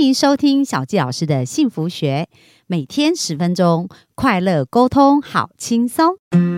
迎收听小纪老师的幸福学，每天10分钟，快乐沟通好轻松。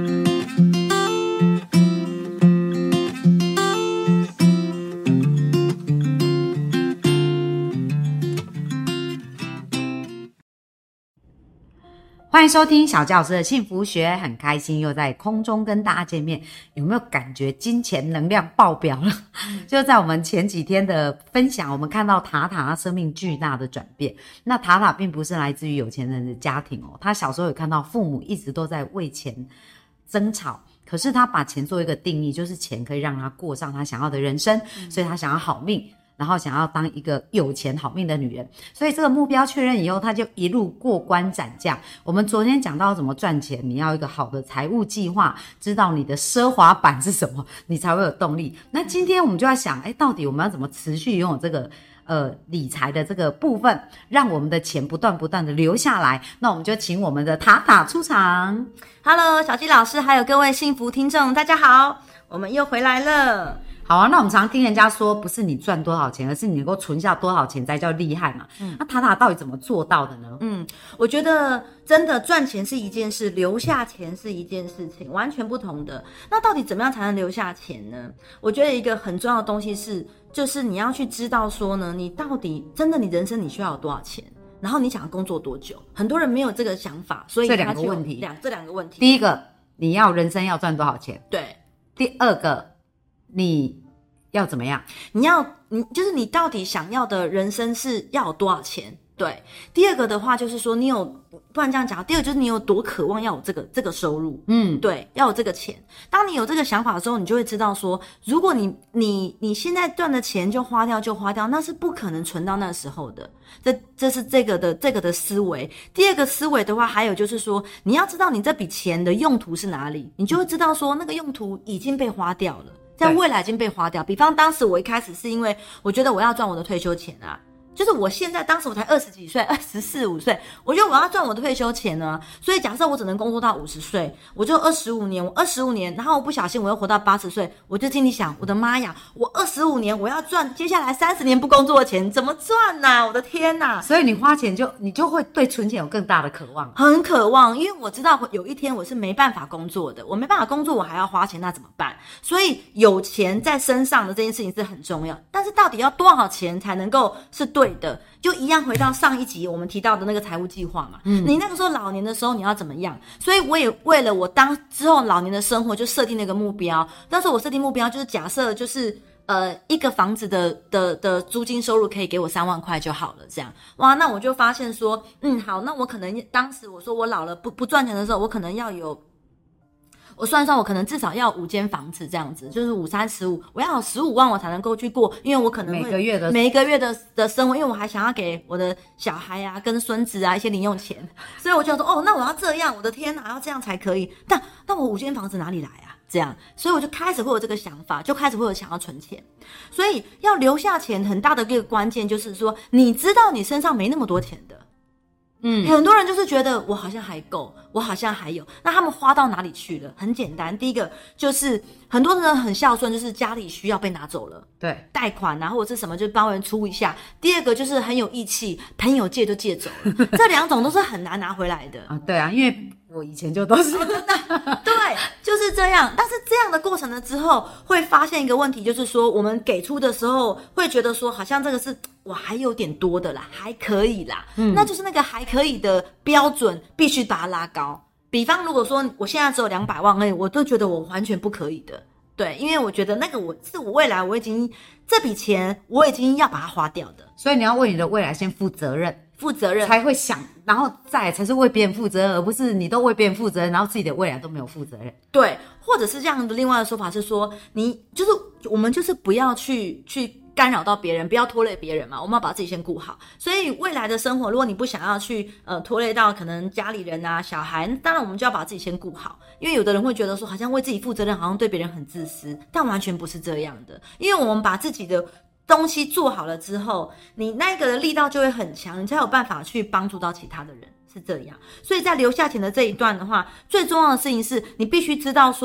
欢迎收听小纪老师的幸福学，很开心又在空中跟大家见面。有没有感觉金钱能量爆表了？就在我们前几天的分享，我们看到塔塔他生命巨大的转变。那塔塔并不是来自于有钱人的家庭哦，他小时候有看到父母一直都在为钱争吵，可是他把钱做一个定义，就是钱可以让他过上他想要的人生，所以他想要好命，然后想要当一个有钱好命的女人，所以这个目标确认以后，他就一路过关斩将。我们昨天讲到怎么赚钱，你要一个好的财务计划，知道你的奢华版是什么，你才会有动力。那今天我们就要想，到底我们要怎么持续拥有这个理财的这个部分，让我们的钱不断的留下来。那我们就请我们的塔塔出场。 Hello， 小纪老师还有各位幸福听众，大家好，我们又回来了。 好啊，那我们常听人家说，不是你赚多少钱，而是你能够存下多少钱才叫厉害嘛。那塔塔到底怎么做到的呢？ 我觉得真的赚钱是一件事，留下钱是一件事情，完全不同的。那到底怎么样才能留下钱呢？我觉得一个很重要的东西是，就是你要去知道说呢，你到底真的你人生你需要有多少钱，然后你想要工作多久。很多人没有这个想法，所以这两个问题。 第一个，你要人生要赚多少钱？ 对。 第二个，你要怎么样？ 就是你到底想要的人生是要有多少钱？对。第二个的话就是说，不然这样讲，第二个就是你有多渴望要有这个收入。对，要有这个钱。当你有这个想法的时候，你就会知道说，如果你现在赚的钱就花掉，那是不可能存到那时候的。这是这个的思维。第二个思维的话，还有就是说，你要知道你这笔钱的用途是哪里，你就会知道说那个用途已经被花掉了。在未来已经被花掉。比方当时我一开始是因为我觉得我要赚我的退休钱啊，就是我现在当时我才20几岁，24、5岁，我觉得我要赚我的退休钱呢，所以假设我只能工作到50岁，我就25年，我25年，然后我不小心我又活到80岁，我就心里想，我的妈呀，我25年我要赚接下来30年不工作的钱，怎么赚啊？我的天啊！ 所以你花钱你就会对存钱有更大的渴望， 很渴望，因为我知道有一天我是没办法工作的，我没办法工作，我还要花钱，那怎么办？所以有钱在身上的这件事情是很重要，但是到底要多少钱才能够是对的？就一样回到上一集我们提到的那个财务计划嘛，你那个时候老年的时候你要怎么样？所以我也为了我当之后老年的生活就设定那个目标。当时我设定目标就是假设就是一个房子的租金收入可以给我3万块就好了，这样。哇，那我就发现说，好，那我可能当时我说我老了不赚钱的时候，我可能要有。我算算，我可能至少要5间房子这样子，就是5、35，我要有15万我才能够去过，因为我可能会每一个月的生活，因为我还想要给我的小孩啊、跟孙子啊一些零用钱，所以我就说，那我要这样，我的天哪，要这样才可以。但我5间房子哪里来啊？这样，所以我就开始会有这个想法，就开始会有想要存钱。所以要留下钱，很大的一个关键就是说，你知道你身上没那么多钱的。很多人就是觉得我好像还够，我好像还有，那他们花到哪里去了？很简单，第一个就是很多人很孝顺，就是家里需要被拿走了， 对， 贷款啊或者是什么就帮人出一下。第二个就是很有义气，朋友借就借走了，这2种都是很难拿回来的啊。对啊，因为我以前就都是对，就是这样。但是这样的过程了之后，会发现一个问题，就是说我们给出的时候会觉得说，好像这个是我还有点多的啦，还可以啦，那就是那个还可以的标准必须把它拉高。比方如果说我现在只有200万而已，我都觉得我完全不可以的。对，因为我觉得那个我未来我已经这笔钱我已经要把它花掉的， 所以你要为你的未来先负责任才会想，然后再来才是为别人负责任，而不是你都为别人负责任，然后自己的未来都没有负责任。 对，或者是这样的另外的说法是说，我们就是不要去干扰到别人，不要拖累别人嘛，我们要把自己先顾好。所以未来的生活，如果你不想要去拖累到可能家里人啊、小孩，当然我们就要把自己先顾好。因为有的人会觉得说，好像为自己负责任，好像对别人很自私，但完全不是这样的。因为我们把自己的东西做好了之后，你那个的力道就会很强，你才有办法去帮助到其他的人，是这样。所以在留下钱的这一段的话，最重要的事情是你必须知道说，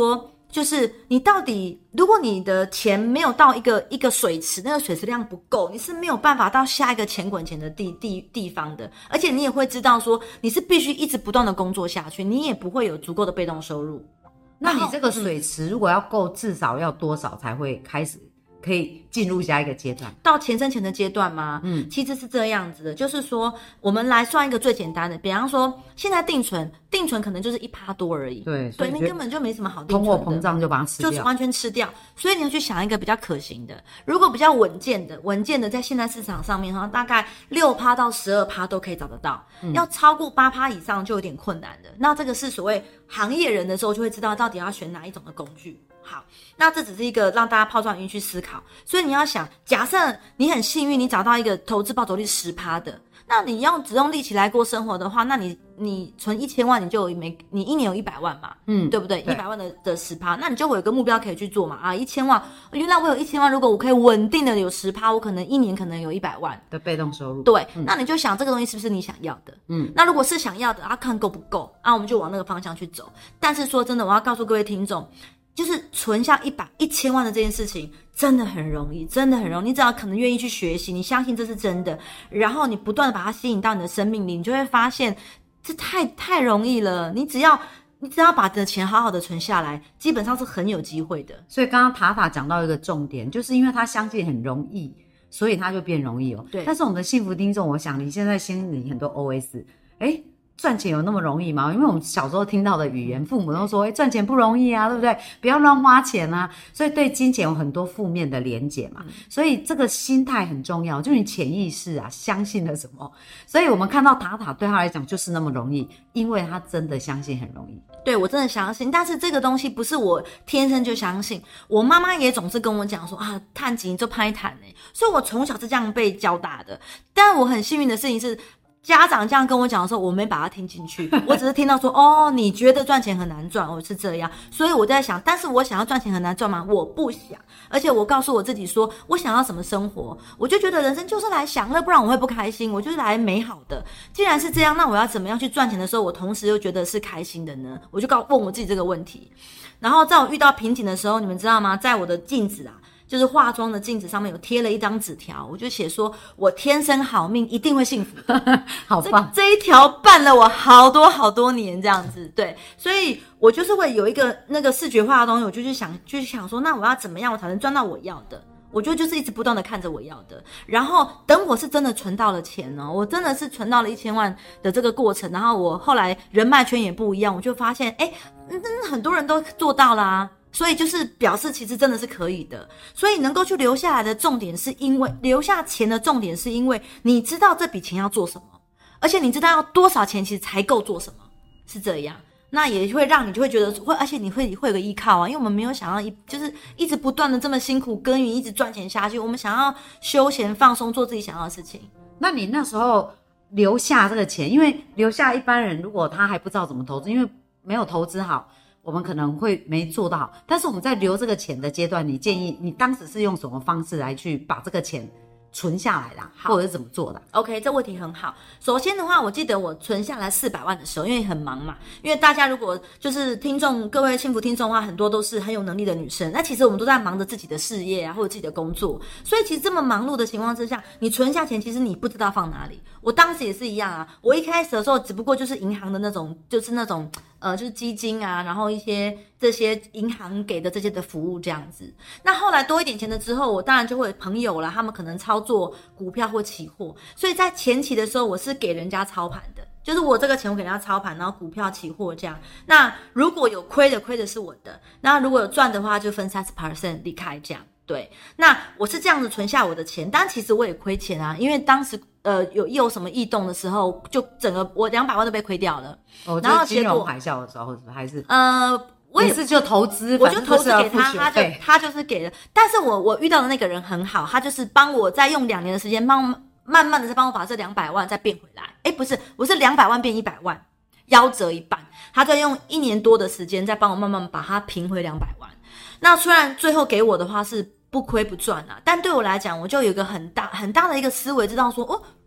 就是你到底，如果你的钱没有到一个水池，那个水池量不够，你是没有办法到下一个钱滚钱的地方的，而且你也会知道说，你是必须一直不断的工作下去，你也不会有足够的被动收入。 那你这个水池如果要够，至少要多少才会开始可以进入下一个阶段？ 到钱生钱的阶段吗？其实是这样子的，就是说我们来算一个最简单的，比方说现在定存可能就是1%多而已， 对， 你根本就没什么好定存的， 通货膨胀就把它吃掉， 就是完全吃掉。所以你要去想一个比较可行的，如果比较稳健的，在现在市场上面哈，大概6%到12%都可以找得到，要超过8%以上就有点困难的。那这个是所谓行业人的时候就会知道到底要选哪一种的工具。好，那这只是一个让大家抛砖引玉去思考。所以你要想，假设你很幸运，你找到一个投资报酬率10%的，那你只用利息来过生活的话，那你存1000万，你一年有100万嘛，对不对？100万的10%，那你就会有个目标可以去做嘛。1000万，原来我有1000万，如果我可以稳定的有10%，我可能一年可能有100万的被动收入。 对，那你就想这个东西是不是你想要的？那如果是想要的，看够不够，我们就往那个方向去走。但是说真的，我要告诉各位听众，就是存下1000万的这件事情真的很容易，真的很容易。你只要可能愿意去学习，你相信这是真的，然后你不断的把它吸引到你的生命里，你就会发现这太容易了。你只要把你的钱好好的存下来，基本上是很有机会的。 所以刚刚塔塔讲到一个重点，就是因为他相信很容易，所以他就变容易哦。 对。 但是我们的幸福听众，我想你现在心里很多 OS， 赚钱有那么容易吗？因为我们小时候听到的语言，父母都说赚钱不容易啊，对不对？不要乱花钱啊，所以对金钱有很多负面的连结嘛。所以这个心态很重要，就是你潜意识啊相信了什么。所以我们看到塔塔对他来讲就是那么容易，因为他真的相信很容易。 对，我真的相信，但是这个东西不是我天生就相信，我妈妈也总是跟我讲说赚钱就拍谈所以我从小是这样被教大的。但我很幸运的事情是，家长这样跟我讲的时候，我没把它听进去，我只是听到说你觉得赚钱很难赚，是这样。所以我在想，但是我想要赚钱很难赚吗？我不想。而且我告诉我自己说，我想要什么生活，我就觉得人生就是来享乐，不然我会不开心，我就是来美好的。既然是这样，那我要怎么样去赚钱的时候，我同时又觉得是开心的呢？我就问我自己这个问题。然后在我遇到瓶颈的时候，你们知道吗？在我的镜子就是化妆的镜子上面有贴了一张纸条，我就写说我天生好命，一定会幸福。 好棒！ 这一条伴了我好多年这样子。对，所以我就是会有一个那个视觉化的东西，我就去想说，那我要怎么样我才能赚到我要的？我觉得就是一直不断的看着我要的，然后等我是真的存到了钱我真的是存到了1000万的这个过程，然后我后来人脉圈也不一样，我就发现很多人都做到啦所以就是表示其实真的是可以的。所以能够去留下来的重点是因为留下钱的重点是因为你知道这笔钱要做什么，而且你知道要多少钱其实才够做什么，是这样。那也会让你就会觉得而且你会有个依靠因为我们没有想要就是一直不断的这么辛苦耕耘，一直赚钱下去，我们想要休闲放松，做自己想要的事情。 那你那时候留下这个钱，因为留下一般人如果他还不知道怎么投资，因为没有投资好，我们可能会没做到好。但是我们在留这个钱的阶段，你建议你当时是用什么方式来去把这个钱存下来的，或者是怎么做的 ？OK， 这问题很好。首先的话，我记得我存下来400万的时候，因为很忙嘛，因为大家如果就是各位幸福听众的话，很多都是很有能力的女生，那其实我们都在忙着自己的事业或者自己的工作，所以其实这么忙碌的情况之下，你存下钱，其实你不知道放哪里。我当时也是一样我一开始的时候，只不过就是银行的那种，就是那种就是基金然后一些这些银行给的这些的服务这样子。那后来多一点钱了之后，我当然就会有朋友啦，他们可能操作股票或期货，所以在前期的时候我是给人家操盘的，就是我这个钱我给人家操盘，然后股票期货这样。那如果有亏的是我的，那如果有赚的话就分 30% 离开这样。对，那我是这样子存下我的钱，但其实我也亏钱因为当时有什么异动的时候，就整个我200万都被亏掉了。 然后金融海啸的时候还是我也是就投资， 我就投资给他就是给了。但是我遇到的那个人很好，他就是帮我再用2年的时间慢慢的再帮我把这200万再变回来。不是，我是200万变100万，夭折一半。他再用1年多的时间再帮我慢慢把它平回200万。那虽然最后给我的话是不亏不赚但对我来讲，我就有一个很大的一个思维，知道说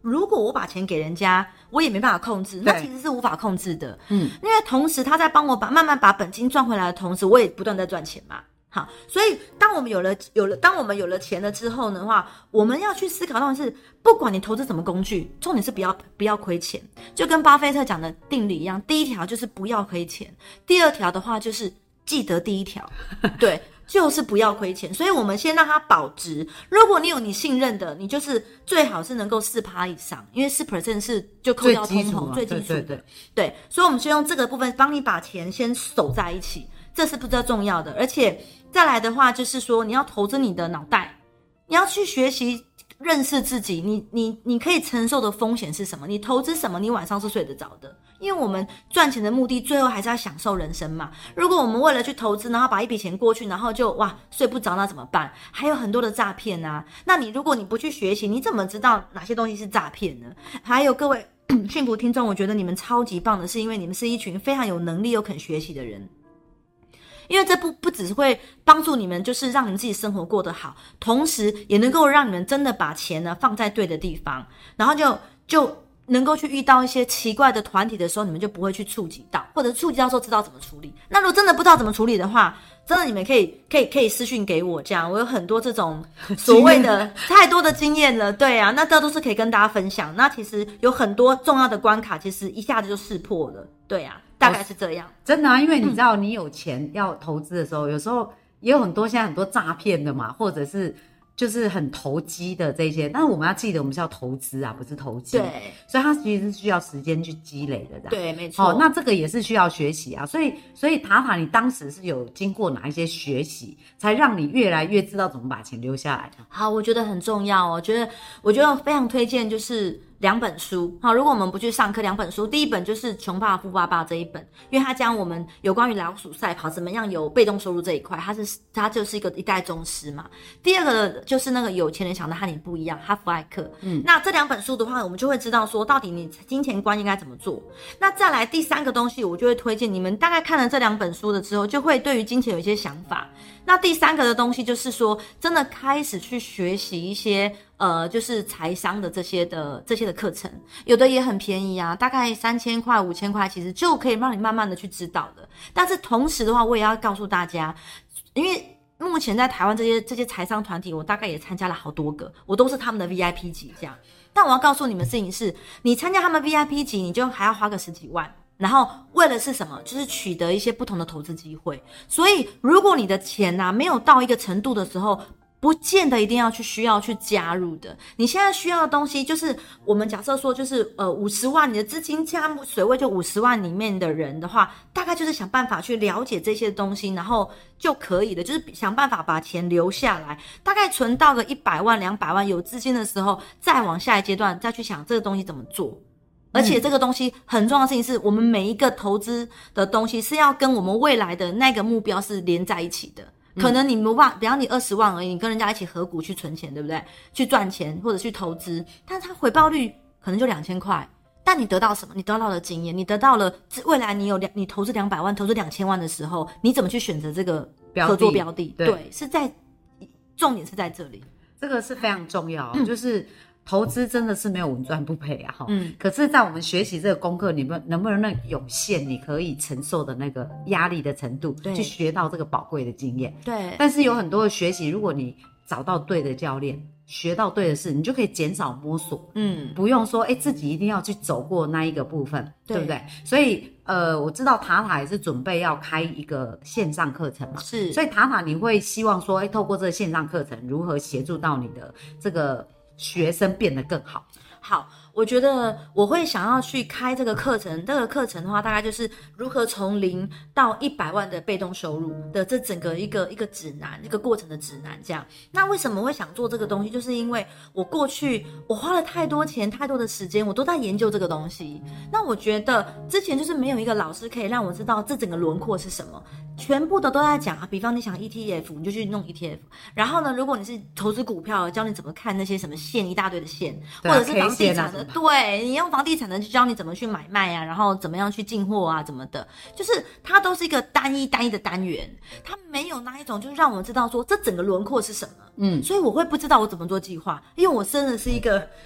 如果我把钱给人家，我也没办法控制，那其实是无法控制的。因为同时他在帮我慢慢把本金赚回来的同时，我也不断在赚钱嘛。好，所以当我们有了钱了之后的话，我们要去思考到的是，不管你投资什么工具，重点是不要亏钱，就跟巴菲特讲的定理一样，第一条就是不要亏钱，第二条的话就是记得第一条，对，就是不要亏钱。所以我们先让它保值，如果你有你信任的，你就是最好是能够 4% 以上，因为 4% 是就扣掉通膨最基础的，对，所以我们先用这个部分帮你把钱先守在一起，这是比较重要的。而且再来的话就是说，你要投资你的脑袋，你要去学习认识自己，你可以承受的风险是什么，你投资什么你晚上是睡得着的。因为我们赚钱的目的最后还是要享受人生嘛，如果我们为了去投资然后把一笔钱过去，然后就睡不着，那怎么办？还有很多的诈骗啊，那如果你不去学习，你怎么知道哪些东西是诈骗呢？还有各位幸福听众，我觉得你们超级棒的是，因为你们是一群非常有能力又肯学习的人，因为这不只会帮助你们，就是让你们自己生活过得好，同时也能够让你们真的把钱呢放在对的地方，然后就能够去遇到一些奇怪的团体的时候，你们就不会去触及到，或者触及到时候知道怎么处理。那如果真的不知道怎么处理的话，真的你们可以私讯给我，这样我有很多这种所谓的太多的经验了，对啊，那这都是可以跟大家分享。那其实有很多重要的关卡，其实一下子就识破了，对啊，大概是这样。 真的啊，因为你知道，你有钱要投资的时候，有时候也有现在很多诈骗的嘛，或者是就是很投机的这些，但是我们要记得，我们是要投资啊，不是投机。 对， 所以它其实是需要时间去积累的。 对，没错。 那这个也是需要学习啊。所以塔塔，你当时是有经过哪一些学习，才让你越来越知道怎么把钱留下来的？ 好，我觉得很重要哦。我觉得非常推荐，就是2本书。好，如果我们不去上课，2本书，第一本就是《穷爸爸富爸爸》这一本，因为它讲我们有关于老鼠赛跑怎么样有被动收入这一块，它就是一代宗师嘛。第二个就是那个有钱人想的和你不一样，哈佛艾克。那这2本书的话，我们就会知道说到底你金钱观应该怎么做。那再来第3个东西，我就会推荐你们大概看了这2本书的之后，就会对于金钱有一些想法。那第3个的东西就是说，真的开始去学习一些就是财商的这些的课程，有的也很便宜啊，大概3000块、5000块，其实就可以让你慢慢的去知道的。但是同时的话，我也要告诉大家，因为目前在台湾这些财商团体，我大概也参加了好多个，我都是他们的 VIP 级这样。但我要告诉你们事情是，你参加他们 VIP 级，你就还要花个10几万。然后为了是什么？就是取得一些不同的投资机会。所以如果你的钱没有到一个程度的时候，不见得一定要需要去加入的。你现在需要的东西就是我们假设说就是50万，你的资金价目水位就50万里面的人的话，大概就是想办法去了解这些东西，然后就可以了，就是想办法把钱留下来，大概存到个100万200万有资金的时候，再往下一阶段再去想这个东西怎么做。而且这个东西很重要的事情是，我们每一个投资的东西是要跟我们未来的那个目标是连在一起的。可能你比方你20万而已，你跟人家一起合股去存钱，对不对？去赚钱或者去投资，但是它回报率可能就2000块，但你得到什么？你得到了经验，你得到了未来你投资200万、投资2000万的时候，你怎么去选择这个合作标的？对，重点是在这里， 这个是非常重要，就是投资真的是没有稳赚不赔啊。可是在我们学习这个功课，你们能不能涌现你可以承受的那个压力的程度，去学到这个宝贵的经验。 对， 但是有很多的学习，如果你找到对的教练，学到对的事，你就可以减少摸索，不用说自己一定要去走过那一个部分， 对不对？所以我知道塔塔也是准备要开一个线上课程嘛， 是， 所以塔塔你会希望说透过这个线上课程如何协助到你的这个学生变得更好？ 好，我觉得我会想要去开这个课程。这个课程的话，大概就是如何从0到100万的被动收入的这整个一个指南，一个过程的指南这样。那为什么会想做这个东西？就是因为我过去我花了太多钱、太多的时间，我都在研究这个东西。那我觉得之前就是没有一个老师可以让我知道这整个轮廓是什么。全部的都在讲比方你想 ETF， 你就去弄 ETF。然后呢，如果你是投资股票，教你怎么看那些什么线，一大堆的线，或者是房地产的，对，你用房地产的就教你怎么去买卖啊，然后怎么样去进货啊，怎么的，就是它都是一个单一的单元，它没有那一种就是让我们知道说这整个轮廓是什么。所以我会不知道我怎么做计划，因为我真的是一个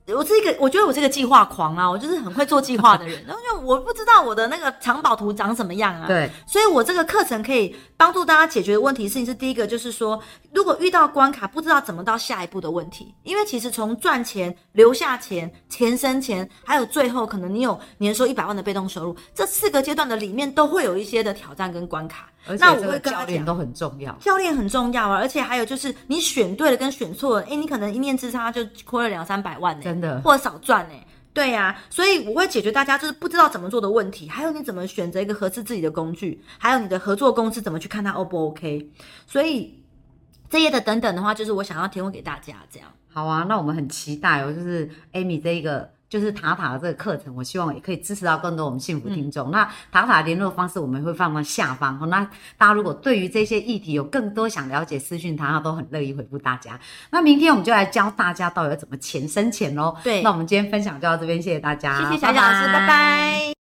我觉得我是个计划狂啊，我就是很会做计划的人。然后就我不知道我的那个藏宝图长什么样啊， 对， 所以我这个课程可以帮助大家解决的问题事情是第一个，就是说，如果遇到关卡不知道怎么到下一步的问题，因为其实从赚钱、留下钱、钱生钱，还有最后可能你有年收100万的被动收入，这4个阶段的里面都会有一些的挑战跟关卡。 而且这个教练都很重要， 教练很重要啊，而且还有就是你选对了跟选错了，你可能一念之差就亏了200-300万真的， 或者少赚对啊，所以我会解决大家就是不知道怎么做的问题，还有你怎么选择一个合适自己的工具，还有你的合作公司怎么去看它 O 不 OK， 所以这些的等等的话，就是我想要提供给大家这样。 好啊，那我们很期待就是 Amy 这一个就是塔塔的这个课程，我希望也可以支持到更多我们幸福听众。那塔塔的联络方式我们会放到下方，那大家如果对于这些议题有更多想了解，私讯他都很乐意回复大家。那明天我们就来教大家到底要怎么钱生钱咯。 对， 那我们今天分享就到这边，谢谢大家， 谢谢小老师，拜拜。